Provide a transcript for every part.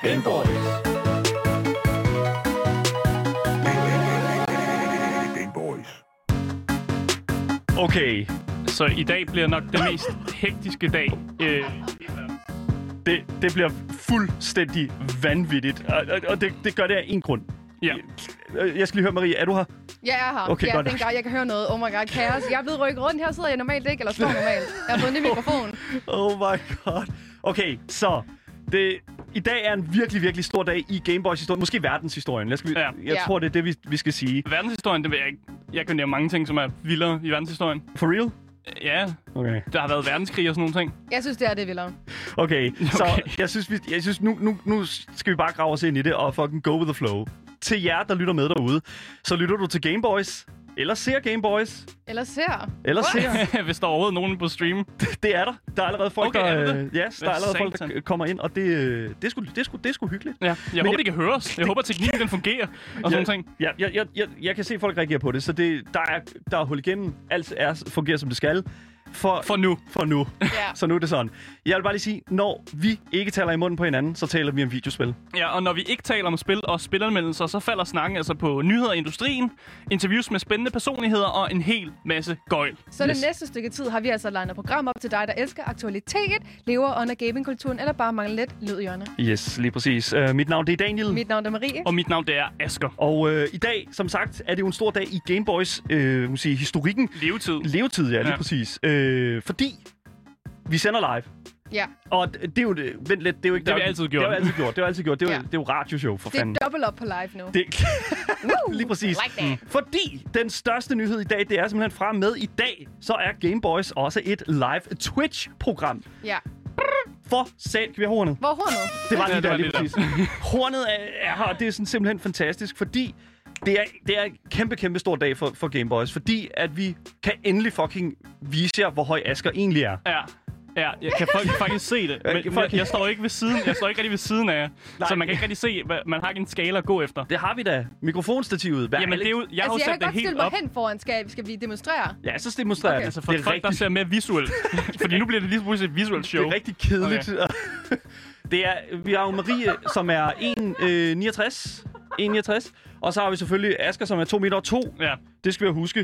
Game Boys. Game Boys. Okay, så i dag bliver nok det mest hektiske dag. Det bliver fuldstændig vanvittigt, og det gør det af en grund. Ja. Jeg skal lige høre, Marie, er du her? Ja, jeg er her. Okay, godt. Jeg kan høre noget. Oh my god, kaos. Jeg er blevet rykket rundt. Her sidder jeg normalt ikke, eller står normalt. Jeg har fået en ny mikrofon. Oh my god. Okay, så i dag er en virkelig, virkelig stor dag i Game Boys historien. Måske verdenshistorien. Jeg tror, det er det, vi skal sige. Verdenshistorien, det ved jeg ikke. Jeg kan nævne mange ting, som er vildere i verdenshistorien. For real? Ja. Okay. Der har været verdenskrig og sådan nogle ting. Jeg synes, det er det vildere. Okay, så jeg synes nu skal vi bare grave os ind i det og fucking go with the flow. Til jer, der lytter med derude, så lytter du til Game Boys. Eller ser Game Boys. Eller ser. Hvis der er overhovedet nogen på stream. Det er der. Der er allerede folk, der er allerede folk, der kommer ind, og det er sgu hyggeligt. Ja. Jeg håber, de kan høre os. Jeg håber, teknikken den fungerer og sådan ting. Jeg kan se, at folk reagerer på det, så der er hul igennem. Alt fungerer, som det skal. For nu. Ja. Så nu er det sådan. Jeg vil bare lige sige, når vi ikke taler i munden på hinanden, så taler vi om videospil. Ja, og når vi ikke taler om spil og spilanmeldelser, så falder snakken altså på nyheder i industrien, interviews med spændende personligheder og en hel masse gøjl. Så det næste stykke tid har vi altså legnet program op til dig, der elsker aktualitet, lever under gamingkulturen eller bare mangler lidt lyd i hjørne. Yes, lige præcis. Mit navn det er Daniel. Mit navn er Marie. Og mit navn det er Asger. Og i dag, som sagt, er det jo en stor dag i Game Boys historikken. Levetid, ja, lige præcis. Fordi vi sender live. Ja. Og det er jo vent lidt, det er jo ikke det har vi altid gjort. Det er jo radioshow for fanden. Det er dobbelt op på live nu. Lige præcis. Like Fordi den største nyhed i dag, det er simpelthen fra med i dag, så er Game Boys også et live Twitch-program. Ja. For sat, kan vi have hornet? Hvor er hornet? Det var lige der, lige præcis. Hornet er her, og det er sådan simpelthen fantastisk, fordi det er en kæmpe stor dag for Game Boys, fordi at vi kan endelig fucking vise jer, hvor høj Asger egentlig er. Ja, jeg kan faktisk se det, men jeg står ikke rigtig ved siden af jer, så man kan ikke rigtig se, man har ikke en skala at gå efter. Det har vi da. Mikrofonstativet. Jamen, det er jo, jeg har kan godt stille mig op. hen foran. Skal vi demonstrere? Ja, så demonstrerer det. Altså for det folk, der ser mere visuelt. Fordi nu bliver det lige pludselig et visuelt show. Det er rigtig kedeligt. Okay. Vi har jo Marie, som er 1,69. Og så har vi selvfølgelig Asger, som er 2,2 meter. Ja. Det skal vi huske.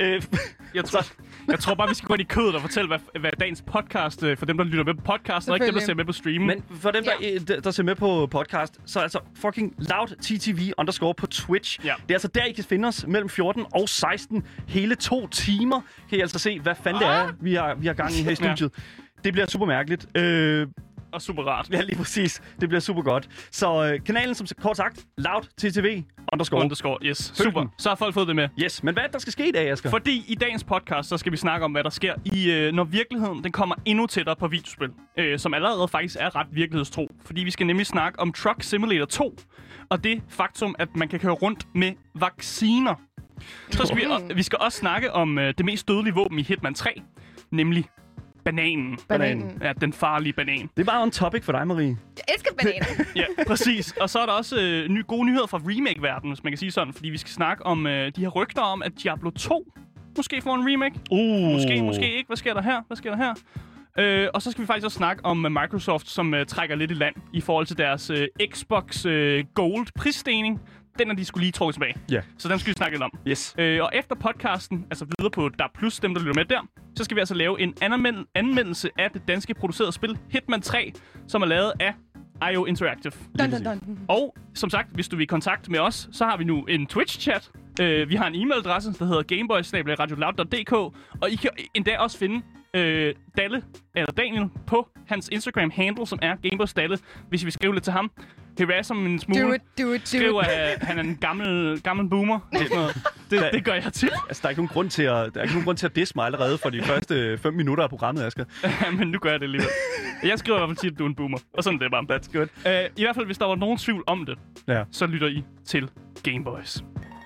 Jeg tror bare, vi skal gå ind i kødet og fortælle, hvad dagens podcast, for dem, der lytter med på podcasten, og ikke dem, der ser med på streamen. Men for dem, der ser med på podcast, så er altså fucking loud_TTV_ på Twitch. Ja. Det er altså der, I kan finde os mellem 14 og 16. Hele 2 timer kan I altså se, hvad fanden det er, vi har gang i her i studiet. Ja. Det bliver super mærkeligt. Og super rart. Ja, lige præcis. Det bliver super godt. Så kanalen, som kort sagt, loud_TTV_. Yes, super. Så har folk fået det med. Yes, men hvad der skal ske i dag, Asger? Fordi i dagens podcast, så skal vi snakke om, hvad der sker når virkeligheden den kommer endnu tættere på videospil. Som allerede faktisk er ret virkelighedstro. Fordi vi skal nemlig snakke om Truck Simulator 2. Og det faktum, at man kan køre rundt med vacciner. Så skal vi skal også snakke om det mest dødelige våben i Hitman 3. Nemlig bananen. Ja, den farlige banan. Det er bare on topic for dig, Marie. Jeg elsker bananer. Ja, præcis. Og så er der også gode nyheder fra remake-verdenen, hvis man kan sige sådan. Fordi vi skal snakke om de her rygter om, at Diablo 2 måske får en remake. Måske ikke. Hvad sker der her? Og så skal vi faktisk også snakke om Microsoft, som trækker lidt i land i forhold til deres Xbox Gold prisstigning. Den er de skulle lige trukket tilbage. Yeah. Så den skal vi snakke lidt om. Yes. Og efter podcasten, altså videre på DAB+, dem der lytter med der, så skal vi altså lave en anmeldelse af det danske producerede spil Hitman 3, som er lavet af IO Interactive. Dun. Og som sagt, hvis du vil i kontakt med os, så har vi nu en Twitch-chat. Vi har en e-mailadresse, der hedder gameboys@radioloud.dk, og I kan endda også finde Dalle, eller Daniel, på hans Instagram-handle, som er gameboysdalle, hvis vi skriver lidt til ham. Harasser ham en smule. Do it. Skriver, at han er en gammel boomer. Det gør jeg til. Altså, der er ikke nogen grund til at disse mig allerede for de første 5 minutter af programmet, Asger. Men nu gør jeg det alligevel. Jeg skriver i hvert fald til, at du er en boomer. Og sådan det er bare. That's good. I hvert fald, hvis der var nogen tvivl om det, så lytter I til Game Boys.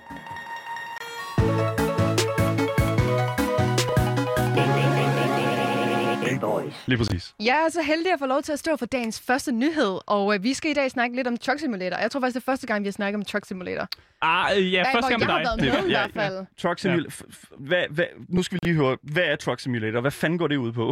Lige præcis. Jeg er så heldig at få lov til at stå for dagens første nyhed, og vi skal i dag snakke lidt om Truck Simulator. Jeg tror faktisk, det er første gang, vi har snakket om Truck Simulator. Første gang med dig. Jeg har været med i hvert fald. Truck Simulator. Nu skal vi lige høre, hvad er Truck Simulator? Hvad fanden går det ud på?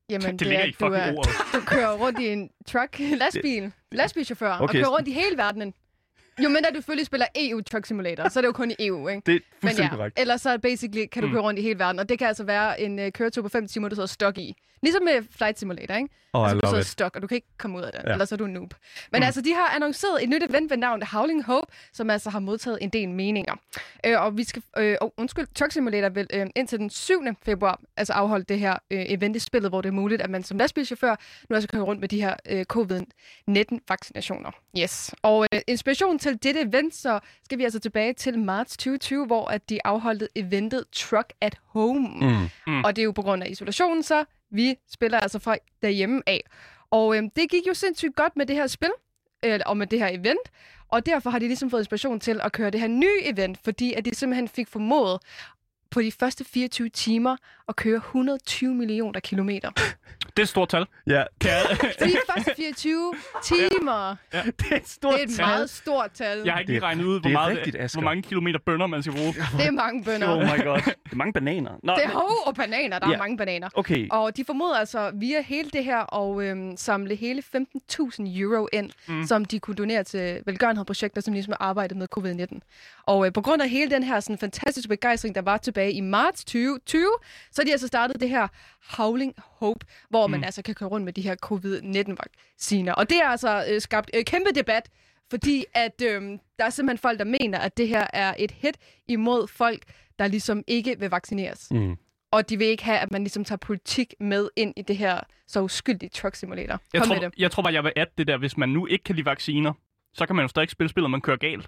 Jamen, Det ligger i fucking ordet. Du kører rundt i en truck, lastbilchauffør, og kører rundt i hele verdenen. Jo, men da du selvfølgelig spiller EU Truck Simulator, så er det jo kun i EU, ikke? Det er fuldstændig korrekt. Ellers så basically kan du køre rundt i hele verden, og det kan altså være en køretur på 5 timer, du sidder stok i. Ligesom med Flight Simulator, ikke? Altså, du sidder stok, og du kan ikke komme ud af det, ellers er du en noob. Men altså, de har annonceret et nyt event ved navn Howling Hope, som altså har modtaget en del meninger. Og vi skal, Truck Simulator vil indtil den 7. februar altså afholde det her event i spillet, hvor det er muligt, at man som lastbilchauffør nu altså kører rundt med de her COVID-19-vaccinationer. Yes. Og inspiration til dette event, så skal vi altså tilbage til marts 2020, hvor at de afholdte eventet Truck at Home. Og det er jo på grund af isolationen, så vi spiller altså fra derhjemme af. Og det gik jo sindssygt godt med det her spil, og med det her event, og derfor har de ligesom fået inspiration til at køre det her nye event, fordi at de simpelthen fik formået på de første 24 timer at køre 120 millioner kilometer. Det er et stort tal. Ja. De første 24 timer. Ja. Det er et stort Det er et meget stort tal. Jeg har ikke lige regnet ud, hvor mange kilometer bønner man skal bruge. Det er mange bønner. Oh my god. Det er mange bananer. Nå, det er og bananer. Der er mange bananer. Okay. Og de formoder altså via hele det her og samle hele 15.000 euro ind, som de kunne donere til velgørenhedsprojekter, som ligesom arbejdet med COVID-19. Og på grund af hele den her sådan fantastiske begejstring, der var tilbage i marts 2020, så har de altså startet det her Howling Hope, hvor man altså kan køre rundt med de her COVID-19-vacciner. Og det har altså skabt kæmpe debat, fordi at der er simpelthen folk, der mener, at det her er et hit imod folk, der ligesom ikke vil vaccineres. Og de vil ikke have, at man ligesom tager politik med ind i det her så uskyldige truck simulator. Jeg tror bare, jeg vil adde det der, hvis man nu ikke kan lide vacciner, så kan man jo stadig spille spillet, man kører galt.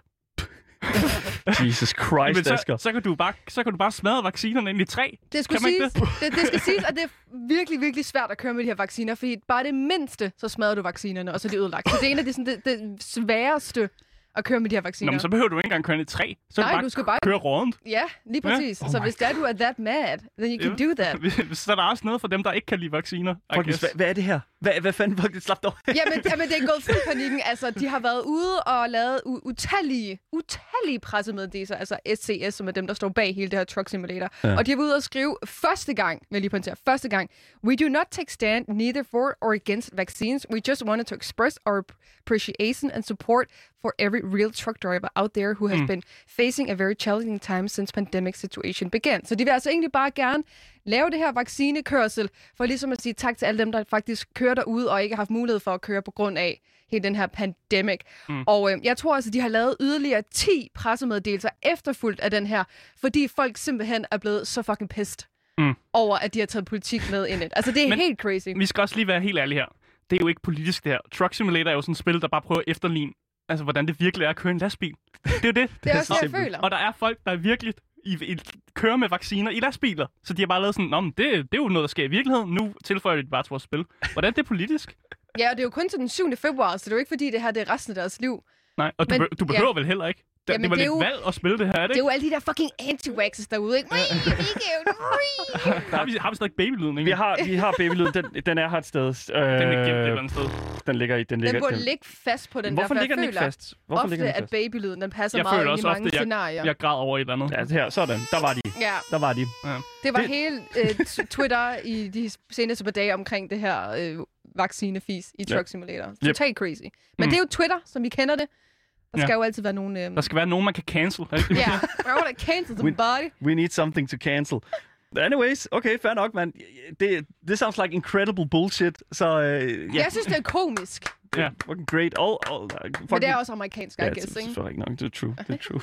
Jesus Christ, Asger. Så kan du bare smadre vaccinerne ind i træ. Det skal siges, at det er virkelig, virkelig svært at køre med de her vacciner, fordi bare det mindste, så smadrer du vaccinerne, og så er de ødelagt. Så det er en af det sværeste at køre med de her vacciner. Nå, men så behøver du ikke engang køre ind i træ. Så nej, du skal bare køre rådent. Ja, lige præcis. Så hvis du er that mad, then you can do that. Så er der også noget for dem, der ikke kan lide vacciner. Hvad er det her? Hvad fanden folk slap dog? Jamen, det er gået fuld panikken. Altså, de har været ude og lavet utallige pressemeddelelser, altså SCS, som er dem, der står bag hele det her truck simulator. Ja. Og de har været ude og skrive første gang, we do not take stand neither for or against vaccines. We just wanted to express our appreciation and support for every real truck driver out there who has been facing a very challenging time since pandemic situation began. Så de vil altså egentlig bare gerne lave det her vaccinekørsel, for ligesom at sige tak til alle dem, der faktisk kører derude og ikke har haft mulighed for at køre på grund af hele den her pandemic. Og jeg tror altså, de har lavet yderligere 10 pressemeddelelser efterfulgt af den her, fordi folk simpelthen er blevet så fucking pissed over, at de har taget politik med ind i det. Altså, det er helt crazy. Vi skal også lige være helt ærlige her. Det er jo ikke politisk, det her. Truck Simulator er jo sådan et spil, der bare prøver at efterligne, altså hvordan det virkelig er at køre en lastbil. Det er jo det. Det er også det, jeg føler. Og der er folk, der virkelig kører med vacciner i lastbiler. Så de har bare lavet sådan, det er jo noget, der sker i virkeligheden. Nu tilføjer de det bare til vores spil. Hvordan er det politisk? Ja, og det er jo kun til den 7. februar, så det er jo ikke fordi, det her det er resten af deres liv. Nej, og du behøver vel heller ikke. Det var lidt valg at spille det her, er det? Det er jo alle de der fucking anti-vaxxers derude, ikke? Har vi stadig babylyden, ikke? Vi har babylyden. Den er her et sted. Den er gemt et eller andet sted. Den burde ligge fast på den. Hvorfor ligger den ikke fast? Hvorfor ligger den fast? At babylyden, den passer meget ind i mange scenarier. Jeg græd over et eller andet. Ja, her, sådan. Der var de. Ja. Der var de. Ja. Det var hele Twitter i de seneste par dage omkring det her vaccinefis i Truck Simulator. Totalt crazy. Men det er jo Twitter, som vi kender det. Der skal jo altid være nogen... Der skal være nogen, man kan cancel. Ja, I want to cancel somebody. We need something to cancel. Anyways, okay, fair nok, man. This sounds like incredible bullshit, så... Jeg synes, det er komisk. Yeah, fucking great. Men det er også amerikansk, I guess, ikke? Det er ikke nok. Det er true. Det er true.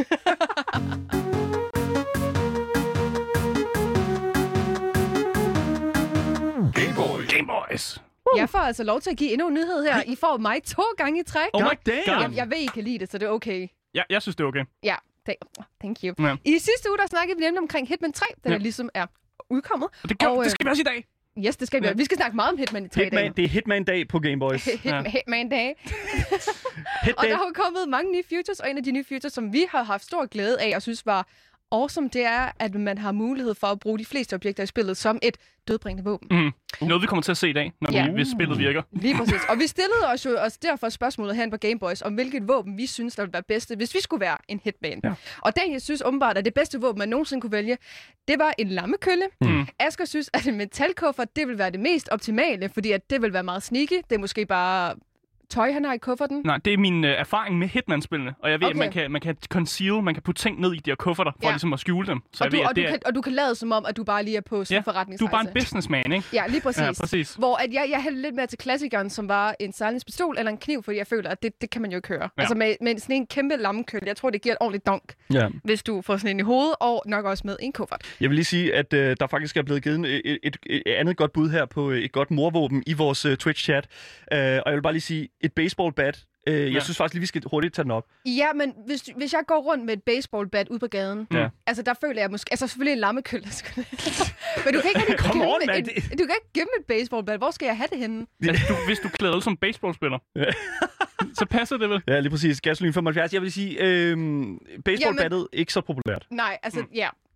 Game Boys. Jeg får altså lov til at give endnu en nyhed her. I får mig 2 gange i træk. Oh my damn! Jeg ved, I kan lide det, så det er okay. Ja, jeg synes, det er okay. Ja, thank you. Ja. I sidste uge, der snakkede vi nemlig omkring Hitman 3, der ligesom er udkommet. Og det skal vi også i dag. Yes, det skal vi. Vi skal snakke meget om Hitman i 3 dage. Det er Hitman-dag på Game Boys. Hitman-dag. Og der har jo kommet mange nye features, og en af de nye features, som vi har haft stor glæde af, og synes var awesome, det er, at man har mulighed for at bruge de fleste objekter i spillet som et dødbringende våben. Noget, vi kommer til at se i dag, hvis spillet virker. Lige præcis. Og vi stillede os jo også derfor spørgsmålet herinde på Game Boys, om hvilket våben vi synes, der ville være bedste, hvis vi skulle være en hitman. Ja. Og Daniel synes åbenbart, at det bedste våben, man nogensinde kunne vælge, det var en lammekølle. Asger synes, at en metalkuffert, det vil være det mest optimale, fordi at det vil være meget sneaky. Det er måske bare tøj, han har i kufferten? Nej, det er min erfaring med Hitman-spillene. Og jeg ved, at man kan conceal, man kan putte ting ned i de her kufferter, for ligesom at skjule dem. Så og du kan lade som om, at du bare lige er på sådan forretningsrejse. Du er bare en businessman, ikke? Ja, lige præcis. Ja, præcis. Hvor at jeg hældte lidt mere til klassikeren, som var en silence-pistol eller en kniv, fordi jeg føler, at det kan man jo ikke høre. Ja. Altså med sådan en kæmpe lammekølle, jeg tror, det giver et ordentligt donk, hvis du får sådan en i hovedet, og nok også med en kuffert. Jeg vil lige sige, at der faktisk er blevet givet et andet godt bud her på et godt morvåben i vores Twitch-chat. Og jeg vil bare lige sige, et baseball-bat. Jeg synes faktisk lige, vi skal hurtigt tage den op. Ja, men hvis jeg går rundt med et baseballbat ude på gaden, altså der føler jeg måske... Altså selvfølgelig en lammekølle. Men du kan ikke du kan ikke gemme et baseballbat. Hvor skal jeg have det henne? Hvis du klæder ud som baseballspiller, så passer det vel? Ja, lige præcis. Gasolin 75. Jeg vil sige, baseballbattet ikke så populært. Nej, altså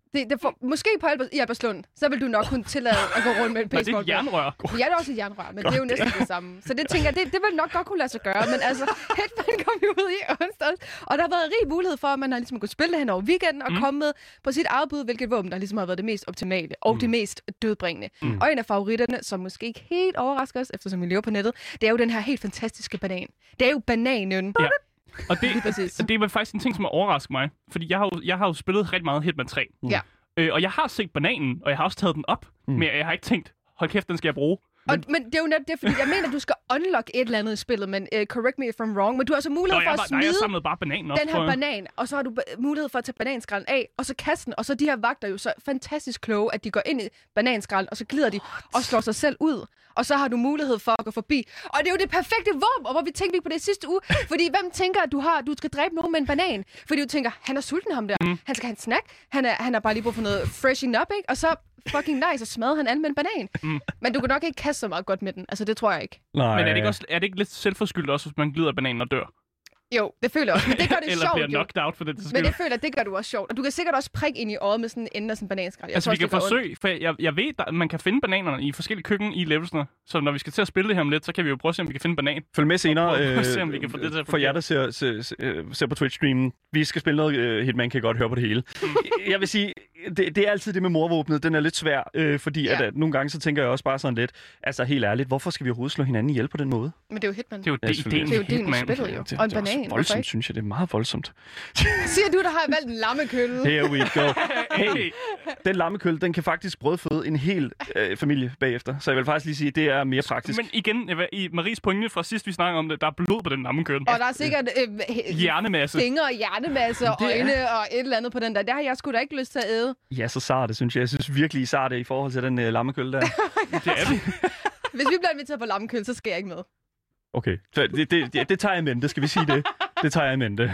måske på i Albertslund, så vil du nok kunne tillade at gå rundt med et baseballbat. Det er et jernrør. Ja, det er også et jernrør, men det er jo næsten det samme. Så det tænker jeg, det vil nok godt kunne lade sig gøre. Men altså, Hitman kom jo ud i onsdags, og der har været rig mulighed for, at man har ligesom kunnet spille det hen over weekenden og komme med på sit eget bud, hvilket våben, der ligesom har været det mest optimale og det mest dødbringende. Og en af favoritterne, som måske ikke helt overrasker os, eftersom vi lever på nettet, det er jo den her helt fantastiske banan. Det er jo bananen. Ja. Og det var faktisk en ting, som har overrasket mig. Fordi jeg har jo spillet rigtig meget Hitman 3. Ja. Og jeg har set bananen, og jeg har også taget den op. Men jeg har ikke tænkt, hold kæft, den skal jeg bruge. Men det er jo netop det, fordi jeg mener, at du skal unlock et eller andet i spillet, men correct me if I'm wrong, men du har altså mulighed for at smide jeg samlede bare bananen op, den her banan, og så har du mulighed for at tage bananskralden af, og så kaste den, og så de her vagter jo så fantastisk kloge, at de går ind i bananskralden, og så glider de og slår sig selv ud. Og så har du mulighed for at gå forbi. Og det er jo det perfekte våben, og hvor vi tænkte på det sidste uge. Fordi hvem tænker, at du skal dræbe nogen med en banan? Fordi du tænker, han er sulten ham der. Han skal have en snack. Han er bare lige brug for noget freshen up, ikke? Og så fucking nice, og smadrer han an med en banan. Men du kan nok ikke kaste så meget godt med den. Altså, det tror jeg ikke. Nej. Men er det ikke lidt selvforskyldt også, hvis man glider bananen og dør? Jo, det føler jeg også, men det gør det eller sjovt. Eller bliver knocked out for det. Men det føler jeg, det gør du også sjovt. Og du kan sikkert også prikke ind i øjet med sådan en ende af sådan en bananskrald. Altså, vi kan forsøge, for jeg ved, at man kan finde bananerne i forskellige køkken i levelsene. Så når vi skal til at spille det her om lidt, så kan vi jo prøve at se, om vi kan finde banan. Følg med senere, se, om vi kan få det til for jer, der ser på Twitch-streamen. Vi skal spille noget Hitman, kan godt høre på det hele. Jeg vil sige, det er altid det med morvåbnet. Den er lidt svær, fordi at nogle gange så tænker jeg også bare sådan lidt, altså helt ærligt, hvorfor skal vi overhovedet slå hinanden ihjel på den måde? Men det er jo Hitman. Det er jo ideen i spillet jo. Og en banan. Det er voldsomt, synes jeg. Det er meget voldsomt. Siger du, der har valgt en lammekølle? Here we go. Hey, den lammekølle, den kan faktisk brødføde en hel familie bagefter. Så jeg vil faktisk lige sige, at det er mere praktisk. Men igen, i Maries pointe fra sidst, vi snakkede om det, der er blod på den lammekølle. Og der er sikkert hjernemasse. Fingre og hjernemasse og øjne og et eller andet på den der. Der har jeg sgu da ikke lyst til at æde. Ja, så sart det, synes jeg. Jeg synes virkelig, I sart det i forhold til den lammekølle der. Det er vi. Hvis vi bliver inviteret på lammekølle, så skal jeg ikke med. Okay, så det tager jeg i mente. Skal vi sige det? Det tager jeg i mente.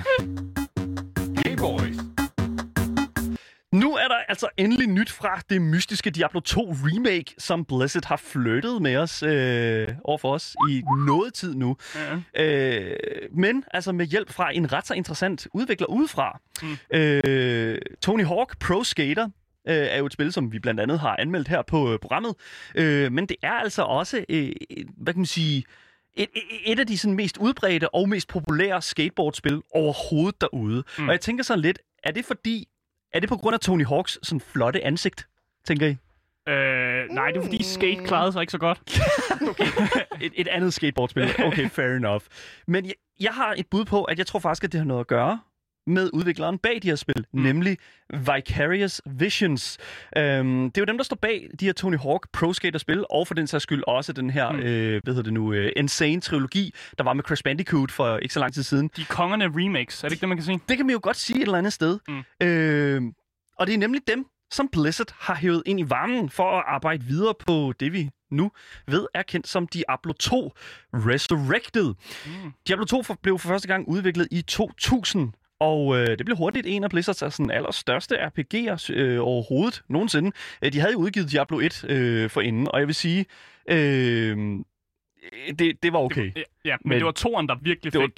Game Boys. Nu er der altså endelig nyt fra det mystiske Diablo 2 remake, som Blizzard har flyttet med os over for os i noget tid nu. Ja. Men altså med hjælp fra en ret så interessant udvikler udefra. Tony Hawk Pro Skater er jo et spil, som vi blandt andet har anmeldt her på programmet. Men det er altså også, hvad kan man sige, et af de sådan mest udbredte og mest populære skateboardspil overhovedet derude. Og jeg tænker sådan lidt, er det på grund af Tony Hawks sådan flotte ansigt, tænker I? Nej, det er fordi Skate klarede sig ikke så godt. Okay. et andet skateboardspil. Okay, fair enough. Men jeg har et bud på, at jeg tror faktisk, at det har noget at gøre med udvikleren bag de her spil, nemlig Vicarious Visions. Det er jo dem, der står bag de her Tony Hawk Pro Skater-spil, og for den sags skyld også den her, Insane-trilogi, der var med Crash Bandicoot for ikke så lang tid siden. De kongerne remakes, er det ikke det, man kan sige? Det kan man jo godt sige et eller andet sted. Og det er nemlig dem, som Blizzard har hævet ind i varmen for at arbejde videre på det, vi nu ved er kendt som Diablo 2 Resurrected. Diablo 2 blev for første gang udviklet i 2000, og det blev hurtigt en af Blizzards sådan allerstørste RPG'er overhovedet nogensinde. De havde jo udgivet Diablo 1 forinden, og jeg vil sige, det var okay. Men det var toeren, der virkelig fik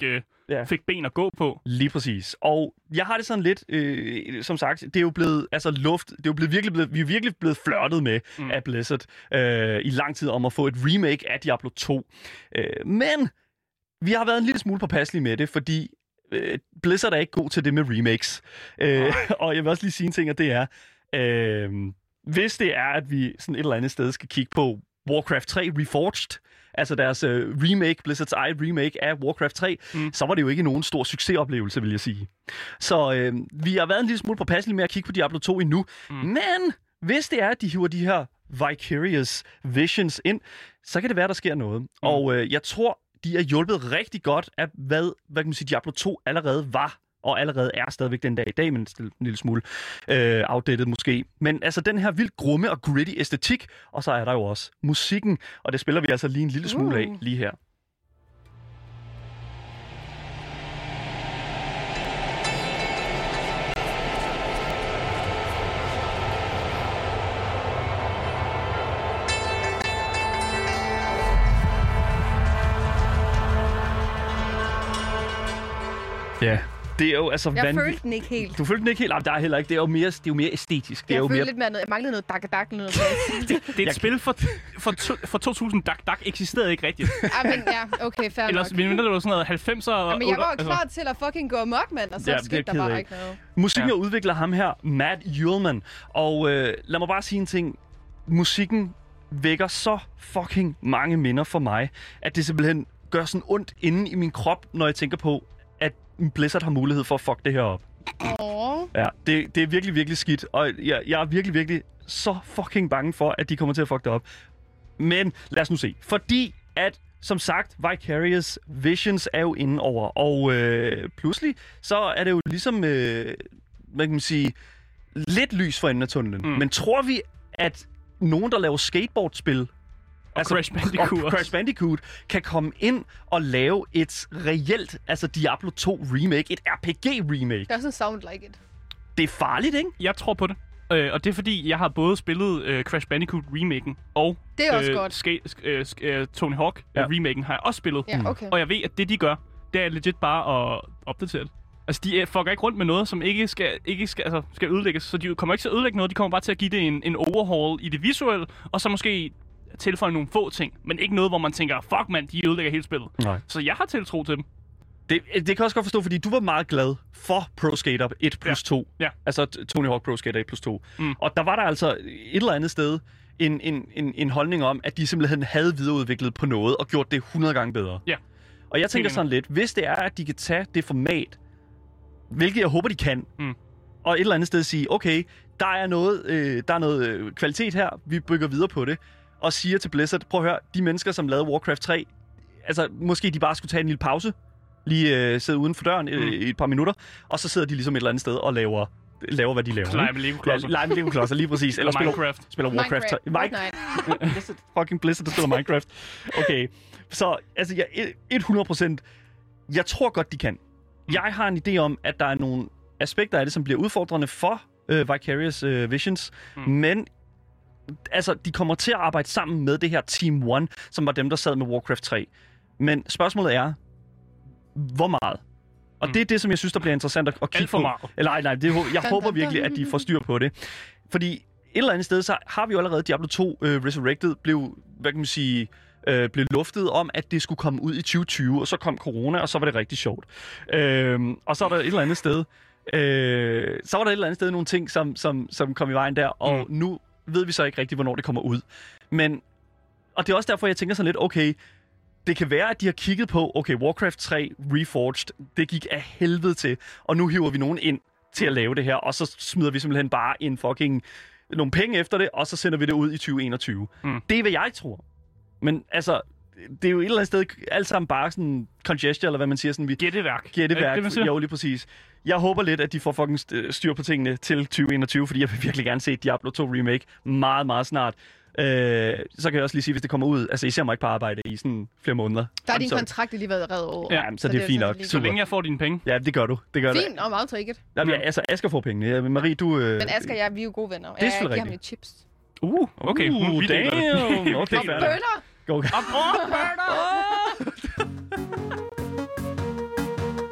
fik ben at gå på. Lige præcis. Og jeg har det sådan lidt, som sagt, det er jo blevet vi er virkelig blevet flirtet med af Blizzard i lang tid om at få et remake af Diablo 2. Men vi har været en lille smule påpasselige med det, fordi Blizzard er ikke god til det med remakes. Og jeg vil også lige sige en ting, og det er, hvis det er, at vi sådan et eller andet sted skal kigge på Warcraft 3 Reforged, altså deres remake, Blizzards eget remake af Warcraft 3, så var det jo ikke nogen stor succesoplevelse, vil jeg sige. Så vi har været en lille smule påpasselige med at kigge på Diablo 2 endnu. Men hvis det er, at de hiver de her Vicarious Visions ind, så kan det være, der sker noget. Og jeg tror, de er hjulpet rigtig godt af, hvad kan man sige, Diablo 2 allerede var, og allerede er stadigvæk den dag i dag, men en lille smule outdated måske. Men altså den her vildt grumme og gritty æstetik, og så er der jo også musikken, og det spiller vi altså lige en lille smule af lige her. Ja. Det er jo altså jeg følte den ikke helt. Du følte den ikke helt? Der er heller ikke. Det er jo mere æstetisk. Jeg følte lidt mere noget. Jeg manglede noget dak. Det er et spil for 2000 dak eksisterede ikke rigtigt. Okay, fair nok. Ellers det var sådan noget 90'er. Men jeg var klar til at fucking gå amok, mand, og så skete der bare ikke noget. Musikken udvikler ham her, Matt Uelmen. Og lad mig bare sige en ting. Musikken vækker så fucking mange minder for mig, at det simpelthen gør sådan ondt inde i min krop, når jeg tænker på, at Blizzard har mulighed for at fuck det her op. Ja, det er virkelig, virkelig skidt. Og jeg er virkelig, virkelig så fucking bange for, at de kommer til at fuck det op. Men lad os nu se. Fordi at, som sagt, Vicarious Visions er jo inde over. Og pludselig, så er det jo ligesom, hvad kan man sige, lidt lys for enden af tunnelen. Men tror vi, at nogen, der laver skateboardspil, Crash Bandicoot kan komme ind og lave et reelt, Diablo 2 remake, et RPG-remake. Doesn't sound like it. Det er farligt, ikke? Jeg tror på det. Og det er fordi, jeg har både spillet Crash Bandicoot-remaken og det er også godt. Tony Hawk-remaken har jeg også spillet. Ja, okay. Og jeg ved, at det de gør, det er legit bare at opdatere det. Altså, de fucker ikke rundt med noget, som ikke skal ødelægges. Så de kommer ikke til at ødelægge noget. De kommer bare til at give det en overhaul i det visuelle, og så måske tilføje nogle få ting, men ikke noget, hvor man tænker, fuck mand, de ødelægger hele spillet. Nej. Så jeg har tiltro til dem. Det kan jeg også godt forstå, fordi du var meget glad for Pro Skater 1+2. Ja. Altså Tony Hawk Pro Skater 1+2. Og der var der altså et eller andet sted en holdning om, at de simpelthen havde videreudviklet på noget og gjort det 100 gange bedre. Ja. Og jeg tænker sådan lidt, hvis det er, at de kan tage det format, hvilket jeg håber, de kan, og et eller andet sted sige, okay, der er noget kvalitet her, vi bygger videre på det, og siger til Blizzard, prøv at høre, de mennesker, som lavede Warcraft 3, altså måske de bare skulle tage en lille pause, lige sidde uden for døren i et par minutter, og så sidder de ligesom et eller andet sted og laver hvad de laver. Lege med Lego-klodser. Lege med Lego-klodser, lige præcis. Eller spiller Warcraft 3. Blizzard, fucking Blizzard, der spiller Minecraft. Okay, så altså, 100%, jeg tror godt, de kan. Jeg har en idé om, at der er nogle aspekter af det, som bliver udfordrende for Vicarious Visions, men altså, de kommer til at arbejde sammen med det her Team One, som var dem, der sad med Warcraft 3. Men spørgsmålet er, hvor meget? Og det er det, som jeg synes, der bliver interessant at kigge på. Eller nej, jeg håber virkelig, at de får styr på det. Fordi et eller andet sted, så har vi jo allerede Diablo 2 Resurrected blev, hvad kan man sige, blev luftet om, at det skulle komme ud i 2020, og så kom corona, og så var det rigtig sjovt. Og så er der et eller andet sted, nogle ting, som kom i vejen der, og nu ved vi så ikke rigtigt, hvornår det kommer ud. Og det er også derfor, jeg tænker sådan lidt, okay, det kan være, at de har kigget på, okay, Warcraft 3 Reforged, det gik af helvede til, og nu hiver vi nogen ind til at lave det her, og så smider vi simpelthen bare nogle penge efter det, og så sender vi det ud i 2021. Det er, hvad jeg tror. Men altså, det er jo et eller andet sted alt sammen bare sådan congestion, eller hvad man siger. Sådan, Gætteværk. Jo, lige præcis. Jeg håber lidt, at de får fucking styr på tingene til 2021, fordi jeg vil virkelig gerne se Diablo 2 Remake meget, meget snart. Så kan jeg også lige sige, hvis det kommer ud, altså I ser mig ikke på arbejde i sådan flere måneder. Der er din kontrakt lige været reddet over. Ja, så det er fint nok. Så længe jeg får dine penge. Ja, det gør du. Fint, og meget take it. Jamen, altså Asger får pengene. Marie, du... Men Asger, vi er jo gode venner. Det er selvfølgelig rigtigt. Jeg giver ham lidt chips. Okay. Damn. Okay, og bønner! Go. Og bønner!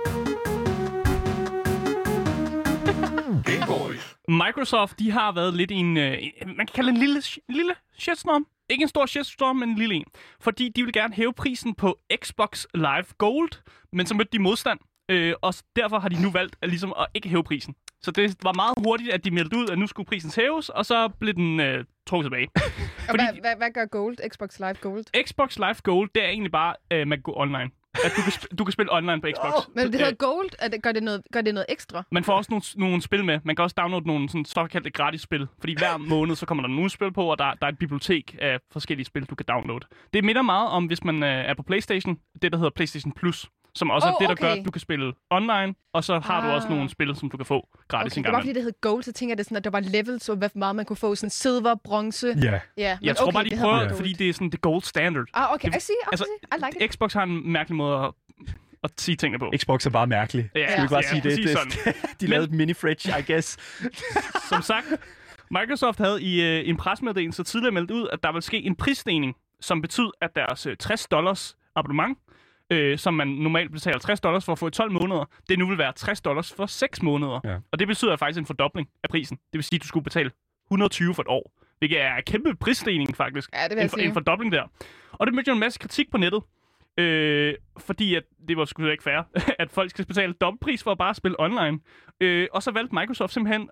Microsoft, de har været lidt i en, man kan kalde en lille shitstorm. Ikke en stor shitstorm, men en lille en. Fordi de vil gerne hæve prisen på Xbox Live Gold, men så mødte de modstand. Og derfor har de nu valgt at ikke hæve prisen. Så det var meget hurtigt, at de meldte ud, at nu skulle prisen hæves, og så blev den trukket tilbage. Fordi... Hvad gør Gold? Xbox Live Gold? Xbox Live Gold, det er egentlig bare, man kan gå online. At du kan spille online på Xbox. Men det hedder Gold. Gør det noget ekstra? Man får også nogle spil med. Man kan også downloade nogle sådan såkaldte gratis spil. Fordi hver måned, så kommer der nogle spil på, og der er et bibliotek af forskellige spil, du kan downloade. Det minder meget om, hvis man er på PlayStation, det der hedder PlayStation Plus. Som også er det, der gør, at du kan spille online, og så har du også nogle spil, som du kan få gratis en gang. Det var fordi, det hed Gold, så tænker jeg, det sådan, at der var levels, og hvad meget man kunne få, sådan silver, bronze. Ja. Jeg tror bare, de prøver, fordi det er sådan det gold standard. Okay, I like it. Xbox har en mærkelig måde at sige tingene på. Xbox er bare mærkelig. Skal vi bare sige det? De lavede et mini-fridge, I guess. Som sagt, Microsoft havde i en pressemeddelelse tidligere meldt ud, at der vil ske en prisstigning, som betyder, at deres $60 abonnement, som man normalt betaler $60 for at få i 12 måneder, det nu vil være $60 for 6 måneder. Ja. Og det betyder faktisk en fordobling af prisen. Det vil sige, at du skulle betale 120 for et år. Hvilket er en kæmpe prisstigning, faktisk. Ja, det vil jeg sige. En fordobling der. Og det mødte jo en masse kritik på nettet. Fordi at det var sgu ikke fair, at folk skal betale dobbeltpris for at bare spille online. Og så valgte Microsoft simpelthen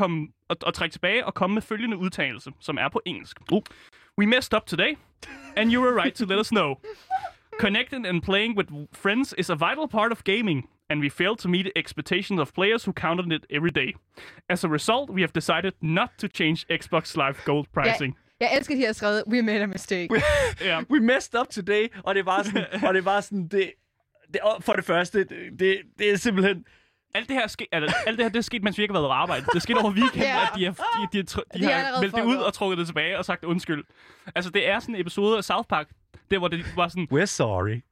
at trække tilbage og komme med følgende udtalelse, som er på engelsk. We messed up today, and you were right to let us know. Connecting and playing with friends is a vital part of gaming, and we failed to meet the expectations of players who count on it every day. As a result, we have decided not to change Xbox Live Gold pricing. Jeg elsker, at de har skrevet, we made a mistake. We messed up today, og det var sådan, det for det første, det er simpelthen... Alt det her det er sket, mens vi ikke har været på arbejde. Det skete over weekenden, at de har meldt det ud og trukket det tilbage og sagt undskyld. Altså, det er sådan en episode af South Park, der hvor det var sådan... We're sorry.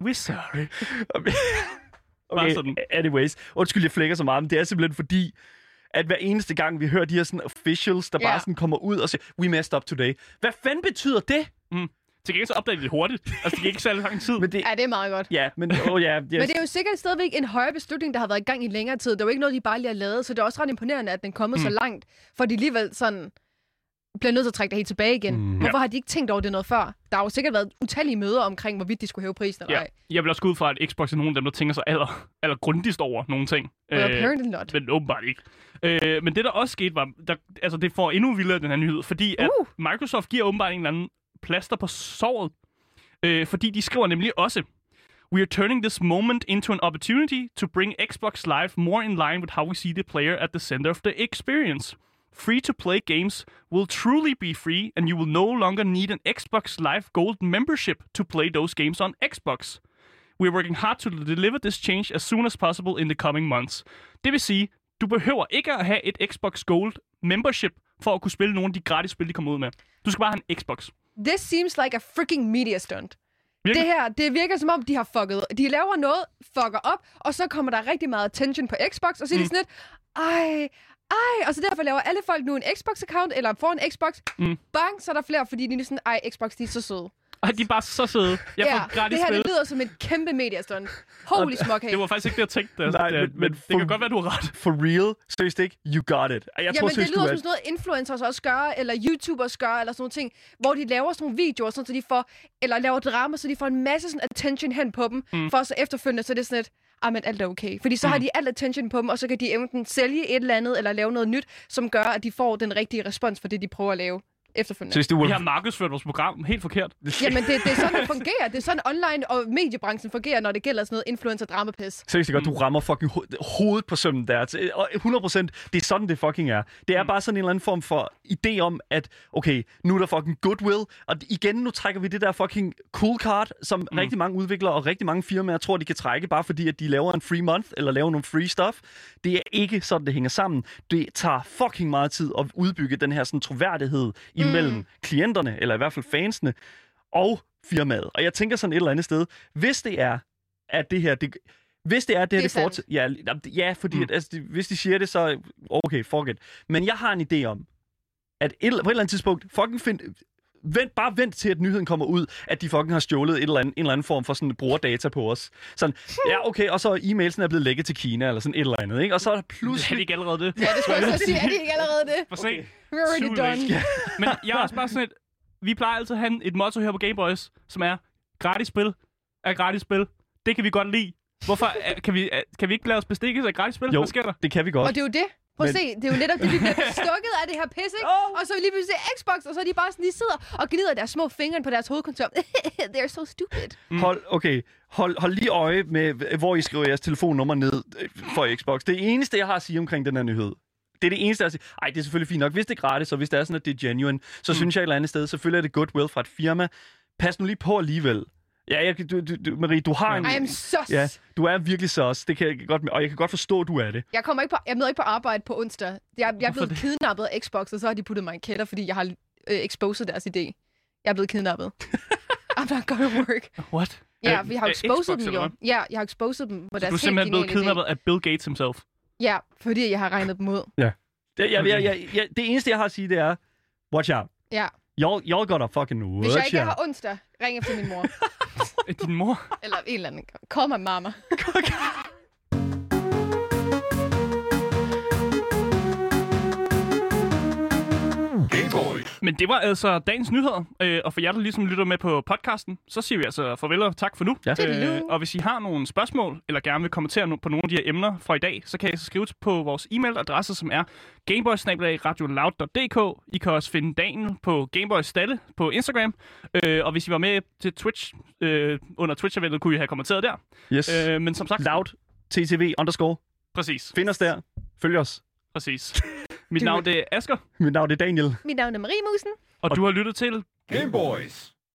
Okay, sådan. Anyways. Undskyld, jeg flækker så meget, men det er simpelthen fordi, at hver eneste gang, vi hører de her sådan officials, der bare sådan kommer ud og siger, we messed up today. Hvad fanden betyder det? Til gengæld så opdager de det hurtigt. Altså, det gik ikke særlig lang tid. Men det er meget godt. Ja, men yes. Men det er jo sikkert stadigvæk en højere beslutning, der har været i gang i længere tid. Det er jo ikke noget, de bare lige har lavet, så det er også ret imponerende, at den er kommet så langt, for de alligevel sådan bliver nødt til at trække det helt tilbage igen. Hvorfor har de ikke tænkt over det noget før? Der har jo sikkert været utallige møder omkring, hvorvidt de skulle hæve prisen eller ej. Jeg vil også gå ud fra, at Xbox er nogle af dem, der tænker sig aller grundigst over nogle ting. Apparently not. Men åbenbart ikke. Men det, der også skete, var... det får endnu vildere, den her nyhed, fordi at Microsoft giver åbenbart en eller anden plaster på såret. Fordi de skriver nemlig også, we are turning this moment into an opportunity to bring Xbox Live more in line with how we see the player at the center of the experience. Free-to-play games will truly be free, and you will no longer need an Xbox Live Gold membership to play those games on Xbox. We are working hard to deliver this change as soon as possible in the coming months. Det vil sige, du behøver ikke at have et Xbox Gold membership for at kunne spille nogle af de gratis spil, de kommer ud med. Du skal bare have en Xbox. This seems like a freaking media stunt. Det her, det virker som om, de har fucket. De laver noget, fucker op, og så kommer der rigtig meget attention på Xbox, og så er de sådan lidt, og så derfor laver alle folk nu en Xbox-account, eller får en Xbox. Bang, så er der flere, fordi de er sådan, Xbox, de er så søde. Ej, de er bare så søde. Jeg får gratis det her spil. Det lyder som en kæmpe mediastunt. Holy smoke. Det var faktisk ikke det, jeg tænkte. Nej, men det kan godt være, du har ret. For real? Seriøst ikke? You got it. Men det lyder som sådan noget, influencers også gør, eller YouTubers gør, eller sådan nogle ting, hvor de laver sådan nogle videoer, sådan, så de får, eller laver drama, så de får en masse sådan attention hen på dem, for så efterfølgende, så det er sådan et, men alt er okay. Fordi så har de alt attention på dem, og så kan de enten sælge et eller andet, eller lave noget nyt, som gør, at de får den rigtige respons for det, de prøver at lave efterfølgende. Vi har markedsført vores program helt forkert. Jamen, det er sådan, det fungerer. Det er sådan, online og mediebranchen fungerer, når det gælder sådan noget influencer-drama-pis. Seriøst godt, du rammer fucking hovedet på sømmen der. Og 100%, det er sådan, det fucking er. Det er bare sådan en eller anden form for idé om, at okay, nu er der fucking goodwill, og igen, nu trækker vi det der fucking cool card, som rigtig mange udviklere og rigtig mange firmaer tror, de kan trække, bare fordi, at de laver en free month, eller laver nogle free stuff. Det er ikke sådan, det hænger sammen. Det tager fucking meget tid at udbygge den her sådan troværdighed imellem klienterne, eller i hvert fald fansene, og firmaet. Og jeg tænker sådan et eller andet sted, hvis det er, at det her... Hvis det er det, det fortsætter... Ja, fordi hvis de siger det, så... Okay, fuck it. Men jeg har en idé om, at på et eller andet tidspunkt, fucking bare vent til, at nyheden kommer ud, at de fucking har stjålet en eller anden form for sådan brugerdata på os. Sådan, ja, okay, og så e-mailsen er blevet lækket til Kina, eller sådan et eller andet, ikke? Og så er der pludselig... Er det ikke allerede det? Ja, det skulle jeg så sige. Er det ikke allerede det? For se. We're already done. Ja. Men jeg er også bare sådan vi plejer altid at have et motto her på Gameboys, som er, gratis spil er gratis spil. Det kan vi godt lide. Hvorfor kan vi ikke lade os bestikkes af gratis spil? Jo, Hvad sker der? det kan vi godt. Og det er jo det. Prøv at se, det er jo netop det, vi bliver stukket af det her pisse, ikke? Og så lige pludselig Xbox, og så er de bare sådan, de sidder og gnider deres små fingre på deres hovedkontor. They're so stupid. Hold lige øje med, hvor I skriver jeres telefonnummer ned for Xbox. Det eneste, jeg har at sige omkring den her nyhed, det er det eneste, jeg siger. Ej, det er selvfølgelig fint nok. Hvis det er gratis, og hvis det er sådan, at det er genuine, så synes jeg et eller andet sted, selvfølgelig er det goodwill fra et firma. Pas nu lige på alligevel. Ja, Marie, du har en... I am sus. Ja, du er virkelig sus. Det kan jeg godt, og jeg kan godt forstå, at du er det. Jeg møder ikke på arbejde på onsdag. Jeg er blevet kidnappet af Xbox, og så har de puttet mig i en kælder, fordi jeg har exposed deres idé. Jeg er blevet kidnappet. I'm not gonna work. What? Ja, vi har exposed Xbox, dem jo. Ja, jeg har exposed dem på deres du er simpelthen blevet kidnappet idé. af Bill Gates himself. Ja, fordi jeg har regnet dem ud. Ja. Det eneste, jeg har at sige, det er, watch out. Ja. Y'all gotta fucking watch out. Hvis jeg ikke har onsdag, ring efter min mor. Din mor? Eller en eller anden. Call my mama. Men det var altså dagens nyheder, og for jer, der ligesom lytter med på podcasten, så siger vi altså farvel og tak for nu. Ja. Og hvis I har nogle spørgsmål, eller gerne vil kommentere på nogle af de her emner fra i dag, så kan I skrive på vores e-mailadresse, som er gameboys@radioloud.dk. I kan også finde Daniel på Gameboys Stalle på Instagram. Og hvis I var med til Twitch under Twitch-eventet, kunne I have kommenteret der. Yes. Men som sagt... Loud, TTV, _. Præcis. Find os der. Følg os. Præcis. Mit navn det er Asger. Mit navn er Daniel. Mit navn er Marie Musen. Og du har lyttet til Gameboys.